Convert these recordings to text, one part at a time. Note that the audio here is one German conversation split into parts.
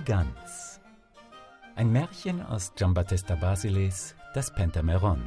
Gans. Ein Märchen aus Giambattista Basiles Das Pentameron.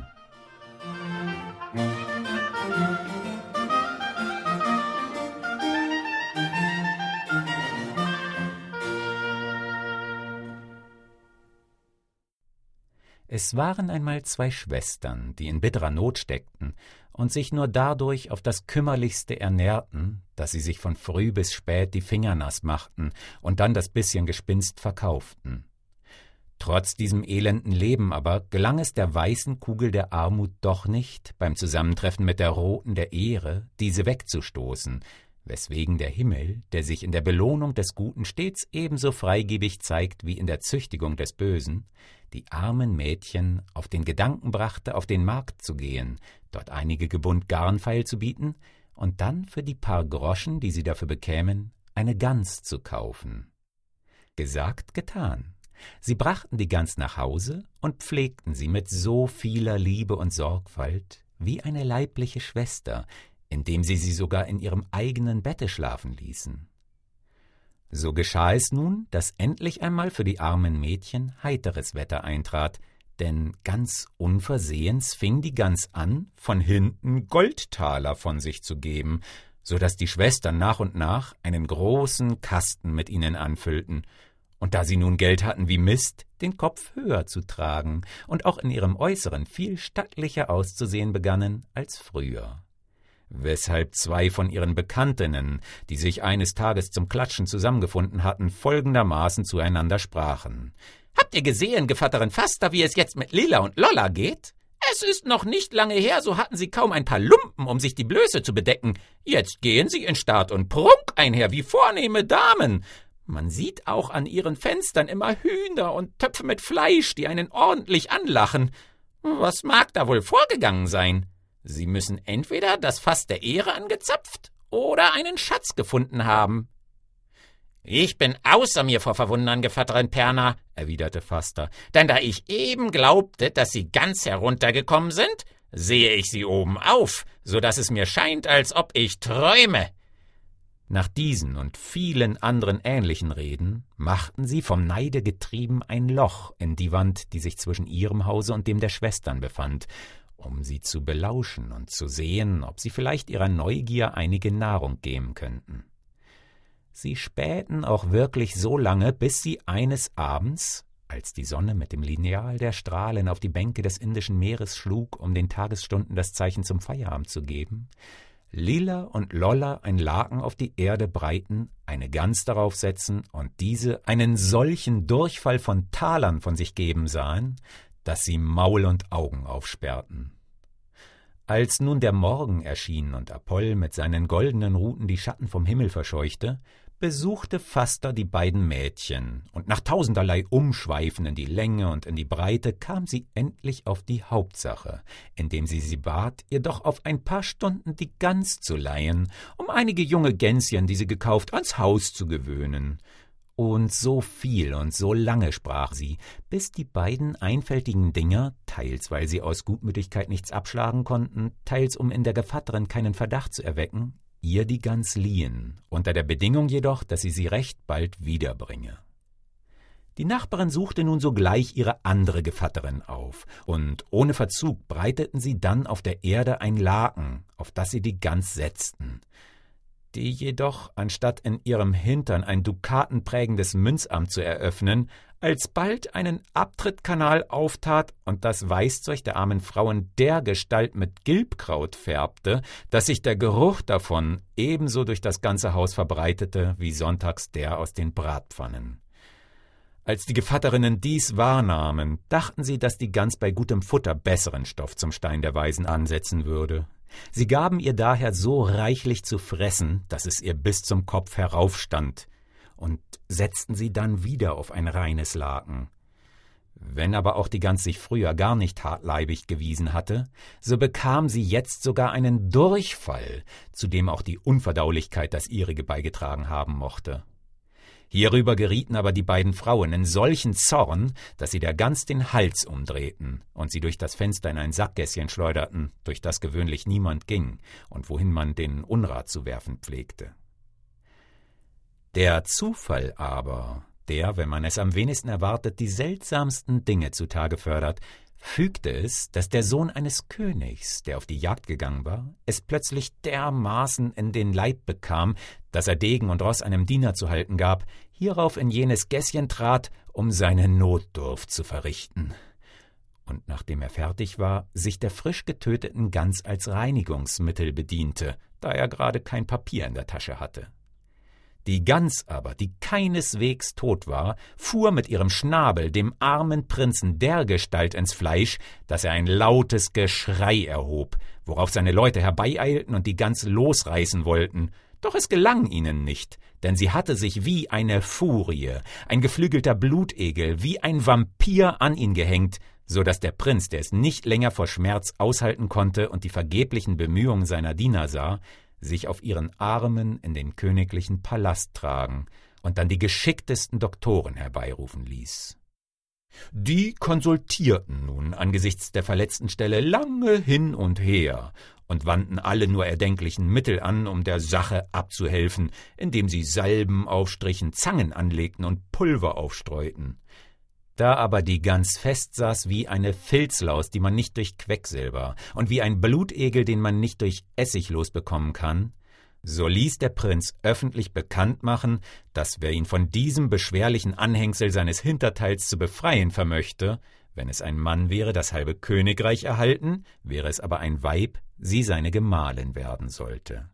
Es waren einmal zwei Schwestern, die in bitterer Not steckten und sich nur dadurch auf das Kümmerlichste ernährten, dass sie sich von früh bis spät die Finger nass machten und dann das bisschen Gespinst verkauften. Trotz diesem elenden Leben aber gelang es der weißen Kugel der Armut doch nicht, beim Zusammentreffen mit der roten der Ehre diese wegzustoßen, weswegen der Himmel, der sich in der Belohnung des Guten stets ebenso freigebig zeigt wie in der Züchtigung des Bösen, die armen Mädchen auf den Gedanken brachte, auf den Markt zu gehen, dort einige Gebund Garn feilzubieten und dann für die paar Groschen, die sie dafür bekämen, eine Gans zu kaufen. Gesagt, getan. Sie brachten die Gans nach Hause und pflegten sie mit so vieler Liebe und Sorgfalt wie eine leibliche Schwester, indem sie sogar in ihrem eigenen Bette schlafen ließen. So geschah es nun, dass endlich einmal für die armen Mädchen heiteres Wetter eintrat, denn ganz unversehens fing die Gans an, von hinten Goldtaler von sich zu geben, so daß die Schwestern nach und nach einen großen Kasten mit ihnen anfüllten, und da sie nun Geld hatten wie Mist, den Kopf höher zu tragen und auch in ihrem Äußeren viel stattlicher auszusehen begannen als früher. Weshalb zwei von ihren Bekanntinnen, die sich eines Tages zum Klatschen zusammengefunden hatten, folgendermaßen zueinander sprachen: »Habt ihr gesehen, Gevatterin Faster, wie es jetzt mit Lilla und Lolla geht? Es ist noch nicht lange her, so hatten sie kaum ein paar Lumpen, um sich die Blöße zu bedecken. Jetzt gehen sie in Staat und Prunk einher wie vornehme Damen. Man sieht auch an ihren Fenstern immer Hühner und Töpfe mit Fleisch, die einen ordentlich anlachen. Was mag da wohl vorgegangen sein? Sie müssen entweder das Fass der Ehre angezapft oder einen Schatz gefunden haben.« »Ich bin außer mir vor Verwundern, Gevatterin Perna«, erwiderte Faster, »denn da ich eben glaubte, dass Sie ganz heruntergekommen sind, sehe ich Sie oben auf, so dass es mir scheint, als ob ich träume.« Nach diesen und vielen anderen ähnlichen Reden machten sie vom Neide getrieben ein Loch in die Wand, die sich zwischen ihrem Hause und dem der Schwestern befand, um sie zu belauschen und zu sehen, ob sie vielleicht ihrer Neugier einige Nahrung geben könnten. Sie spähten auch wirklich so lange, bis sie eines Abends, als die Sonne mit dem Lineal der Strahlen auf die Bänke des Indischen Meeres schlug, um den Tagesstunden das Zeichen zum Feierabend zu geben, Lilla und Lolla ein Laken auf die Erde breiten, eine Gans darauf setzen und diese einen solchen Durchfall von Talern von sich geben sahen, dass sie Maul und Augen aufsperrten. Als nun der Morgen erschien und Apoll mit seinen goldenen Ruten die Schatten vom Himmel verscheuchte, besuchte Faster die beiden Mädchen, und nach tausenderlei Umschweifen in die Länge und in die Breite kam sie endlich auf die Hauptsache, indem sie bat, ihr doch auf ein paar Stunden die Gans zu leihen, um einige junge Gänschen, die sie gekauft, ans Haus zu gewöhnen. Und so viel und so lange sprach sie, bis die beiden einfältigen Dinger, teils weil sie aus Gutmütigkeit nichts abschlagen konnten, teils um in der Gevatterin keinen Verdacht zu erwecken, ihr die Gans liehen, unter der Bedingung jedoch, dass sie recht bald wiederbringe. Die Nachbarin suchte nun sogleich ihre andere Gevatterin auf, und ohne Verzug breiteten sie dann auf der Erde ein Laken, auf das sie die Gans setzten. Die jedoch, anstatt in ihrem Hintern ein dukatenprägendes Münzamt zu eröffnen, alsbald einen Abtrittkanal auftat und das Weißzeug der armen Frauen dergestalt mit Gilbkraut färbte, dass sich der Geruch davon ebenso durch das ganze Haus verbreitete, wie sonntags der aus den Bratpfannen. Als die Gevatterinnen dies wahrnahmen, dachten sie, dass die Gans bei gutem Futter besseren Stoff zum Stein der Weisen ansetzen würde. Sie gaben ihr daher so reichlich zu fressen, dass es ihr bis zum Kopf heraufstand, und setzten sie dann wieder auf ein reines Laken. Wenn aber auch die Gans sich früher gar nicht hartleibig gewiesen hatte, so bekam sie jetzt sogar einen Durchfall, zu dem auch die Unverdaulichkeit das ihrige beigetragen haben mochte. Hierüber gerieten aber die beiden Frauen in solchen Zorn, dass sie der Gans den Hals umdrehten und sie durch das Fenster in ein Sackgässchen schleuderten, durch das gewöhnlich niemand ging und wohin man den Unrat zu werfen pflegte. Der Zufall aber, der, wenn man es am wenigsten erwartet, die seltsamsten Dinge zutage fördert, fügte es, dass der Sohn eines Königs, der auf die Jagd gegangen war, es plötzlich dermaßen in den Leib bekam, dass er Degen und Ross einem Diener zu halten gab, hierauf in jenes Gässchen trat, um seine Notdurft zu verrichten. Und nachdem er fertig war, sich der frisch getöteten Gans als Reinigungsmittel bediente, da er gerade kein Papier in der Tasche hatte. Die Gans aber, die keineswegs tot war, fuhr mit ihrem Schnabel dem armen Prinzen dergestalt ins Fleisch, dass er ein lautes Geschrei erhob, worauf seine Leute herbeieilten und die Gans losreißen wollten. Doch es gelang ihnen nicht, denn sie hatte sich wie eine Furie, ein geflügelter Blutegel, wie ein Vampir an ihn gehängt, so dass der Prinz, der es nicht länger vor Schmerz aushalten konnte und die vergeblichen Bemühungen seiner Diener sah, sich auf ihren Armen in den königlichen Palast tragen und dann die geschicktesten Doktoren herbeirufen ließ. Die konsultierten nun angesichts der verletzten Stelle lange hin und her und wandten alle nur erdenklichen Mittel an, um der Sache abzuhelfen, indem sie Salben aufstrichen, Zangen anlegten und Pulver aufstreuten. Da aber die Gans festsaß wie eine Filzlaus, die man nicht durch Quecksilber, und wie ein Blutegel, den man nicht durch Essig losbekommen kann, so ließ der Prinz öffentlich bekannt machen, dass wer ihn von diesem beschwerlichen Anhängsel seines Hinterteils zu befreien vermöchte, wenn es ein Mann wäre, das halbe Königreich erhalten, wäre es aber ein Weib, sie seine Gemahlin werden sollte.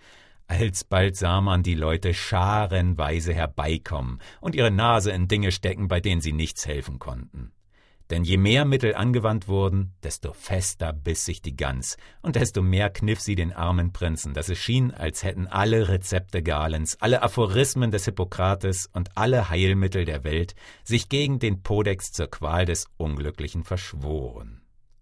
Alsbald sah man die Leute scharenweise herbeikommen und ihre Nase in Dinge stecken, bei denen sie nichts helfen konnten. Denn je mehr Mittel angewandt wurden, desto fester biss sich die Gans und desto mehr kniff sie den armen Prinzen, dass es schien, als hätten alle Rezepte Galens, alle Aphorismen des Hippokrates und alle Heilmittel der Welt sich gegen den Podex zur Qual des Unglücklichen verschworen.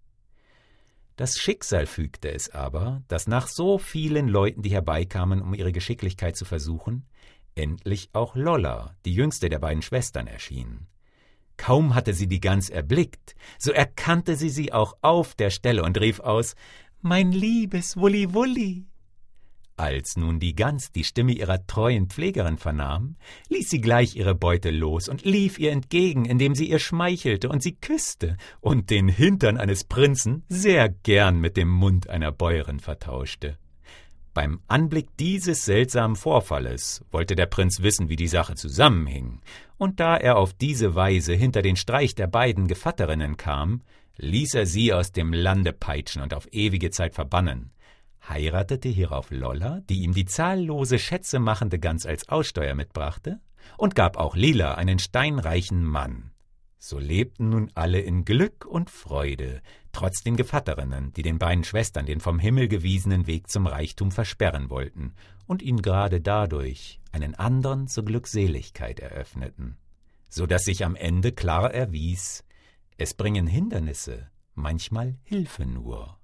Das Schicksal fügte es aber, dass nach so vielen Leuten, die herbeikamen, um ihre Geschicklichkeit zu versuchen, endlich auch Lolla, die jüngste der beiden Schwestern, erschien. Kaum hatte sie die Gans erblickt, so erkannte sie auch auf der Stelle und rief aus: »Mein liebes Wulli-Wulli!« Als nun die Gans die Stimme ihrer treuen Pflegerin vernahm, ließ sie gleich ihre Beute los und lief ihr entgegen, indem sie ihr schmeichelte und sie küsste und den Hintern eines Prinzen sehr gern mit dem Mund einer Bäuerin vertauschte. Beim Anblick dieses seltsamen Vorfalles wollte der Prinz wissen, wie die Sache zusammenhing, und da er auf diese Weise hinter den Streich der beiden Gevatterinnen kam, ließ er sie aus dem Lande peitschen und auf ewige Zeit verbannen, heiratete hierauf Lolla, die ihm die zahllose Schätze machende Gans als Aussteuer mitbrachte, und gab auch Lila einen steinreichen Mann. So lebten nun alle in Glück und Freude, trotz den Gevatterinnen, die den beiden Schwestern den vom Himmel gewiesenen Weg zum Reichtum versperren wollten und ihnen gerade dadurch einen andern zur Glückseligkeit eröffneten, so dass sich am Ende klar erwies, es bringen Hindernisse manchmal Hilfe nur.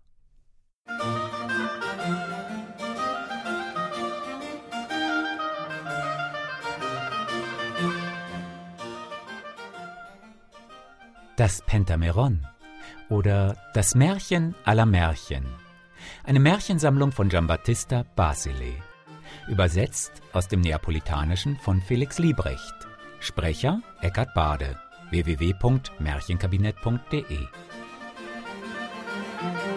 Das Pentameron oder das Märchen aller Märchen. Eine Märchensammlung von Giambattista Basile. Übersetzt aus dem Neapolitanischen von Felix Liebrecht. Sprecher Eckhard Bade. www.märchenkabinett.de